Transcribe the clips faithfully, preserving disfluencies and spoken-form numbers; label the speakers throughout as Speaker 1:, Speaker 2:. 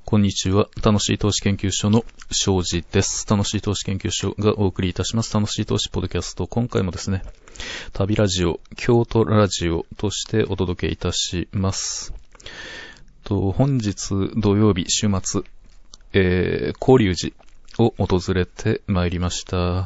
Speaker 1: こんにちは。楽しい投資研究所の庄司です。楽しい投資研究所がお送りいたします楽しい投資ポッドキャスト。今回もですね、旅ラジオ、京都ラジオとしてお届けいたします。と本日土曜日週末、えー、法隆寺を訪れてまいりました。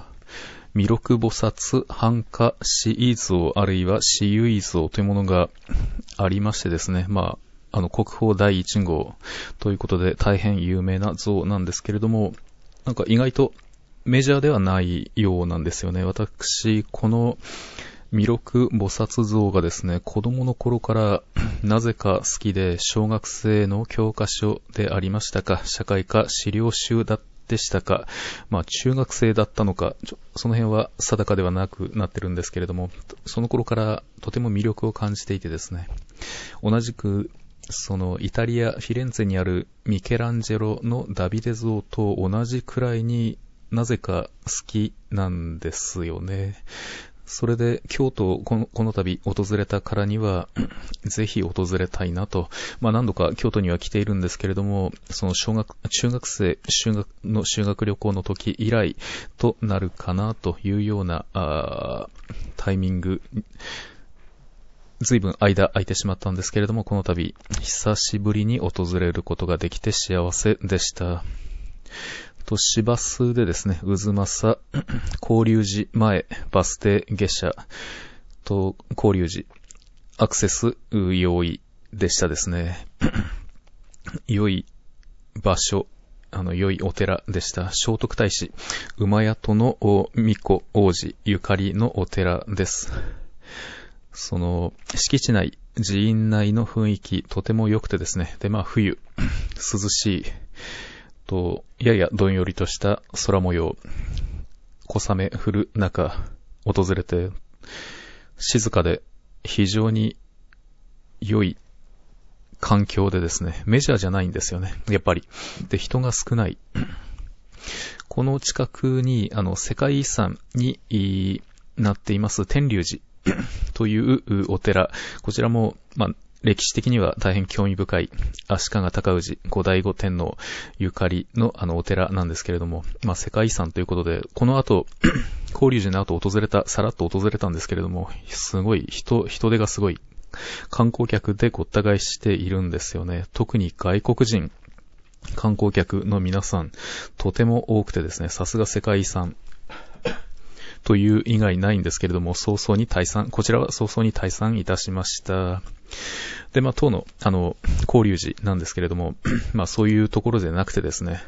Speaker 1: 弥勒菩薩繁華四位像あるいは四唯像というものがありましてですね、まああの国宝だいいち号ということで大変有名な像なんですけれども、なんか意外とメジャーではないようなんですよね。私この弥勒菩薩像がですね、子供の頃からなぜか好きで、小学生の教科書でありましたか、社会科資料集だでしたか、まあ中学生だったのか、ちょその辺は定かではなくなってるんですけれども、その頃からとても魅力を感じていてですね、同じくそのイタリア・フィレンツェにあるミケランジェロのダビデ像と同じくらいになぜか好きなんですよね。それで京都をこの、この度訪れたからにはぜひ訪れたいなと、まあ何度か京都には来ているんですけれども、その小学中学生修学の修学旅行の時以来となるかなというようなあタイミング。ずいぶん間空いてしまったんですけれども、この度久しぶりに訪れることができて幸せでした。と市バスでですね、渦政法隆寺前バス停下車と法隆寺アクセス容易でしたですね。良い場所、あの良いお寺でした。聖徳太子馬宿の巫女王子ゆかりのお寺です。その敷地内、寺院内の雰囲気とても良くてですね。で、まあ冬涼しいとややどんよりとした空模様、小雨降る中訪れて、静かで非常に良い環境でですね、メジャーじゃないんですよね、やっぱり。で、人が少ない。この近くにあの世界遺産になっています天龍寺というお寺、こちらもまあ歴史的には大変興味深い足利尊氏後醍醐天皇ゆかりのあのお寺なんですけれども、まあ世界遺産ということで、この後法隆寺の後訪れたさらっと訪れたんですけれども、すごい人人手がすごい観光客でごった返しているんですよね。特に外国人観光客の皆さんとても多くてですね、さすが世界遺産という以外ないんですけれども、早々に退散、こちらは早々に退散いたしました。で、まあ、当の、あの、法隆寺なんですけれども、まあ、そういうところでなくてですね、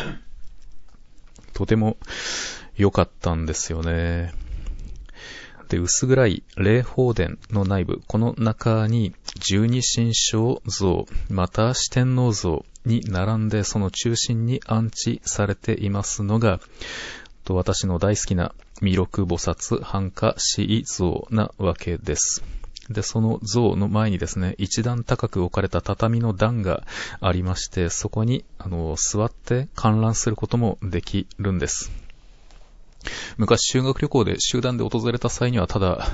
Speaker 1: とても良かったんですよね。で、薄暗い霊宝殿の内部、この中に十二神将像、また四天王像に並んで、その中心に安置されていますのが、と私の大好きな弥勒菩薩繁華四位像なわけです。で、その像の前にですね、一段高く置かれた畳の段がありまして、そこにあの座って観覧することもできるんです。昔修学旅行で集団で訪れた際には、ただ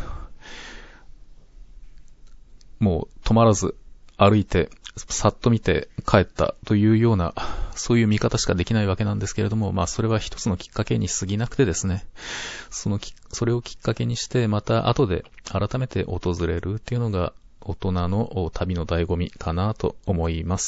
Speaker 1: もう止まらず歩いてさっと見て帰ったというような、そういう見方しかできないわけなんですけれども、まあそれは一つのきっかけに過ぎなくてですね、そのきそれをきっかけにしてまた後で改めて訪れるっていうのが大人の旅の醍醐味かなと思います。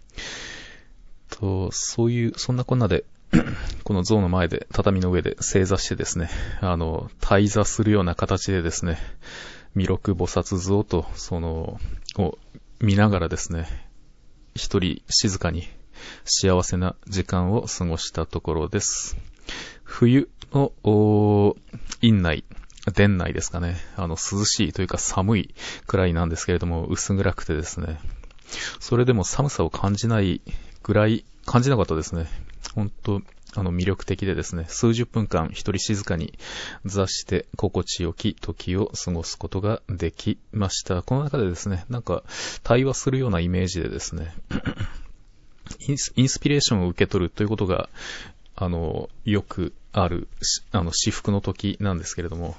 Speaker 1: とそういうそんなこんなでこの像の前で畳の上で正座してですね、あの退座するような形でですね、弥勒菩薩像とそのを見ながらですね、一人静かに幸せな時間を過ごしたところです。冬の院内、殿内ですかね、あの涼しいというか寒いくらいなんですけれども、薄暗くてですね、それでも寒さを感じないぐらい、感じなかったですね。本当あの魅力的でですね、数十分間一人静かに座して心地よき時を過ごすことができました。この中でですね、なんか対話するようなイメージでですね、インス、インスピレーションを受け取るということがあのよくあるあの至福の時なんですけれども、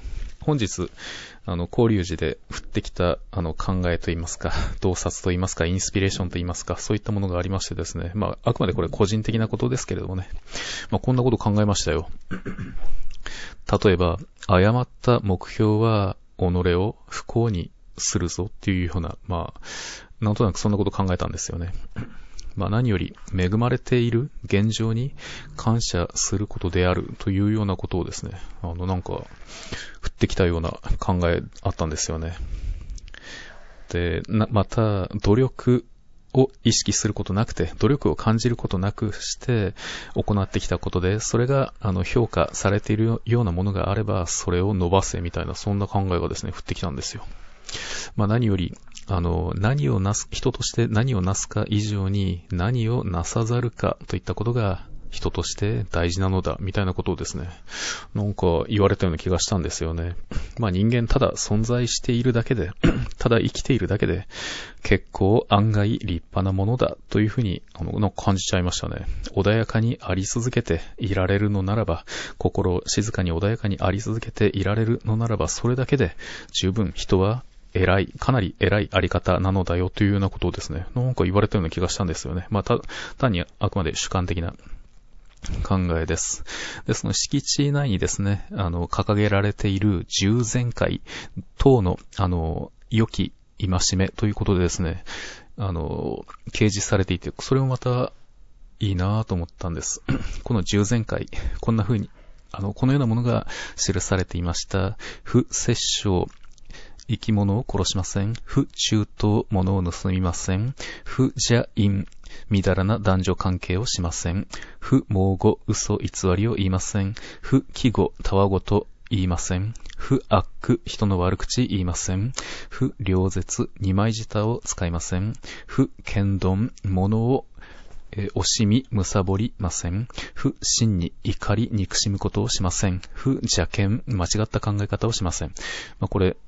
Speaker 1: 本日、あの、交流時で降ってきた、あの、考えといいますか、洞察といいますか、インスピレーションといいますか、そういったものがありましてですね、まあ、あくまでこれ個人的なことですけれどもね、まあ、こんなこと考えましたよ。例えば、誤った目標は、己を不幸にするぞっていうような、まあ、なんとなくそんなこと考えたんですよね。まあ何より恵まれている現状に感謝することであるというようなことをですね、あのなんか降ってきたような考えあったんですよね。で、なまた努力を意識することなくて、努力を感じることなくして行ってきたことで、それがあの評価されているようなものがあれば、それを伸ばせみたいな、そんな考えがですね、降ってきたんですよ。まあ何より、あの、何をなす、人として何をなすか以上に何をなさざるかといったことが人として大事なのだ、みたいなことをですね、なんか言われたような気がしたんですよね。まあ人間ただ存在しているだけで、ただ生きているだけで、結構案外立派なものだというふうにあのなんか感じちゃいましたね。穏やかにあり続けていられるのならば、心静かに穏やかにあり続けていられるのならば、それだけで十分人は偉い、かなり偉いあり方なのだよというようなことをですね、なんか言われたような気がしたんですよね。まあ、た、単にあくまで主観的な考えです。で、その敷地内にですね、あの、掲げられている従前会等の、あの、良き戒めということでですね、あの、掲示されていて、それもまたいいなぁと思ったんです。この従前会、こんな風に、あの、このようなものが記されていました。不殺生、生き物を殺しません。不中等、物を盗みません。不邪淫、みだらな男女関係をしません。不妄語、嘘、偽りを言いません。不欺語、たわごと言いません。不悪、人の悪口言いません。不良舌、二枚舌を使いません。不剣丼、物をえー、惜しみ、むさぼりません。不真に怒り、憎しむことをしません。不邪見、間違った考え方をしません。まあ、これ、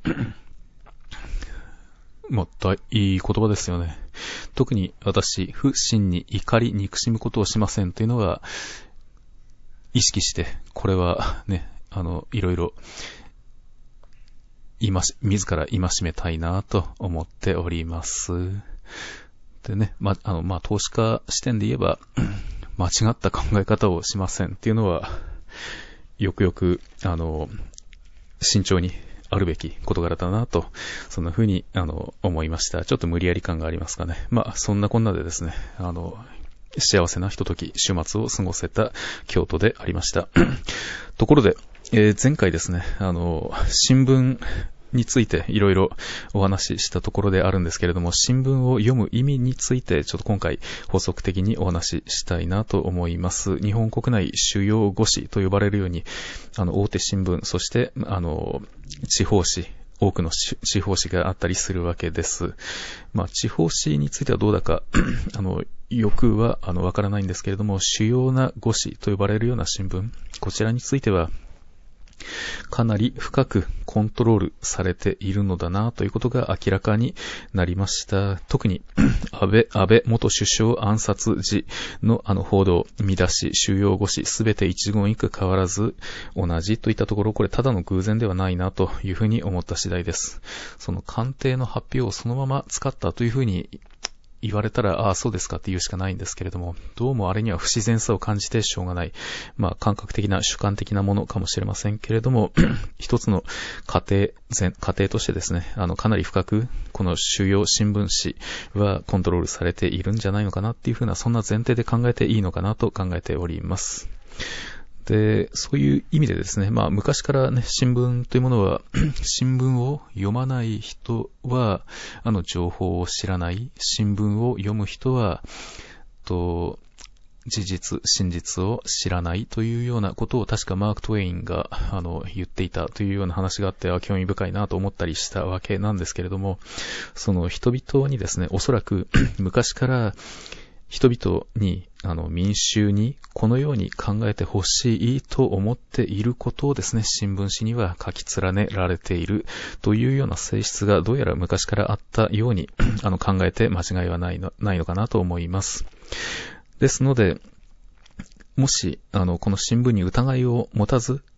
Speaker 1: またいい言葉ですよね。特に私、不真に怒り、憎しむことをしませんというのは、意識して、これはね、あの、いろいろ、今し、自ら戒めたいなと思っております。でね、ま、あの、まあ、投資家視点で言えば、間違った考え方をしませんっていうのは、よくよく、あの、慎重にあるべき事柄だなと、そんな風に、あの、思いました。ちょっと無理やり感がありますかね。まあ、そんなこんなでですね、あの、幸せなひととき、週末を過ごせた京都でありました。ところで、えー、前回ですね、あの、新聞、についていろいろお話ししたところであるんですけれども、新聞を読む意味についてちょっと今回補足的にお話ししたいなと思います。日本国内主要ご紙と呼ばれるように、あの大手新聞、そしてあの地方紙、多くの地方紙があったりするわけです。まあ地方紙についてはどうだかあのよくはあのわからないんですけれども、主要なご紙と呼ばれるような新聞、こちらについてはかなり深くコントロールされているのだなということが明らかになりました。特に安倍、安倍元首相暗殺時のあの報道、見出し、主要語紙すべて一言一句変わらず同じといったところ、これただの偶然ではないなというふうに思った次第です。その官邸の発表をそのまま使ったというふうに言われたら、ああ、そうですかって言うしかないんですけれども、どうもあれには不自然さを感じてしょうがない。まあ、感覚的な、主観的なものかもしれませんけれども、一つの過程、前、過程としてですね、あの、かなり深く、この主要新聞紙はコントロールされているんじゃないのかなっていうふうな、そんな前提で考えていいのかなと考えております。で、そういう意味でですね、まあ昔からね、新聞というものは、新聞を読まない人は、あの情報を知らない、新聞を読む人は、と、事実、真実を知らないというようなことを確かマーク・トウェインがあの言っていたというような話があって、興味深いなと思ったりしたわけなんですけれども、その人々にですね、おそらく昔から人々に、あの民衆にこのように考えてほしいと思っていることをですね、新聞紙には書き連ねられているというような性質がどうやら昔からあったようにあの考えて間違いはないの、ないのかなと思います。ですので、もし、あの、この新聞に疑いを持たず、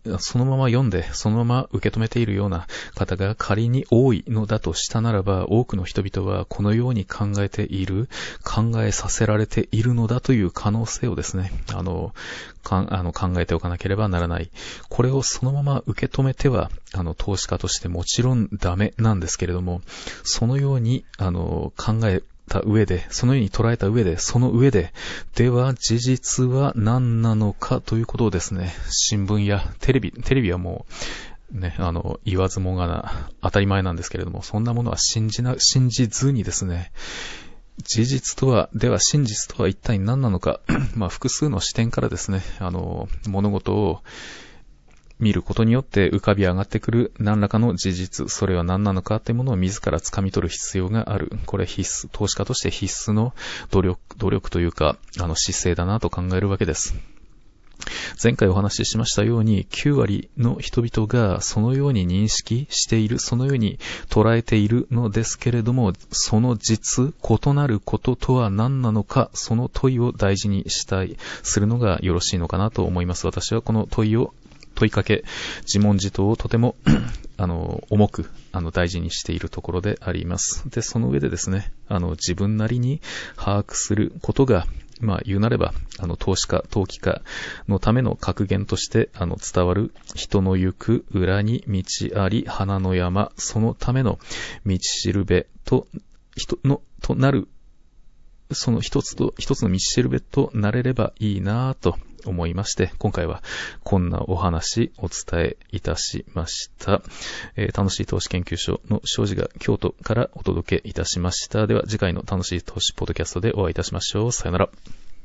Speaker 1: そのまま読んで、そのまま受け止めているような方が仮に多いのだとしたならば、多くの人々はこのように考えている、考えさせられているのだという可能性をですね、あの、かあの考えておかなければならない。これをそのまま受け止めては、あの、投資家としてもちろんダメなんですけれども、そのように、あの、考え、た上で、そのように捉えた上で、その上で、では事実は何なのかということをですね、新聞やテレビ、テレビはもう、ね、あの、言わずもがな、当たり前なんですけれども、そんなものは信じな、信じずにですね、事実とは、では真実とは一体何なのか、まあ複数の視点からですね、あの、物事を、見ることによって浮かび上がってくる何らかの事実、それは何なのかというものを自ら掴み取る必要がある。これ必須、投資家として必須の努力、努力というか、あの姿勢だなと考えるわけです。前回お話ししましたように、きゅうわりの人々がそのように認識している、そのように捉えているのですけれども、その実、異なることとは何なのか、その問いを大事にしたい、するのがよろしいのかなと思います。私はこの問いを問いかけ、自問自答をとてもあの重くあの大事にしているところであります。で、その上でですね、あの自分なりに把握することが、まあ言うなれば、あの投資家、投機家のための格言としてあの伝わる、人の行く裏に道あり花の山、そのための道しるべと人のとなる、その一つと一つの道しるべとなれればいいなぁと思いまして、今回はこんなお話お伝えいたしました。えー、楽しい投資研究所の庄司が京都からお届けいたしました。では次回の楽しい投資ポッドキャストでお会いいたしましょう。さよなら。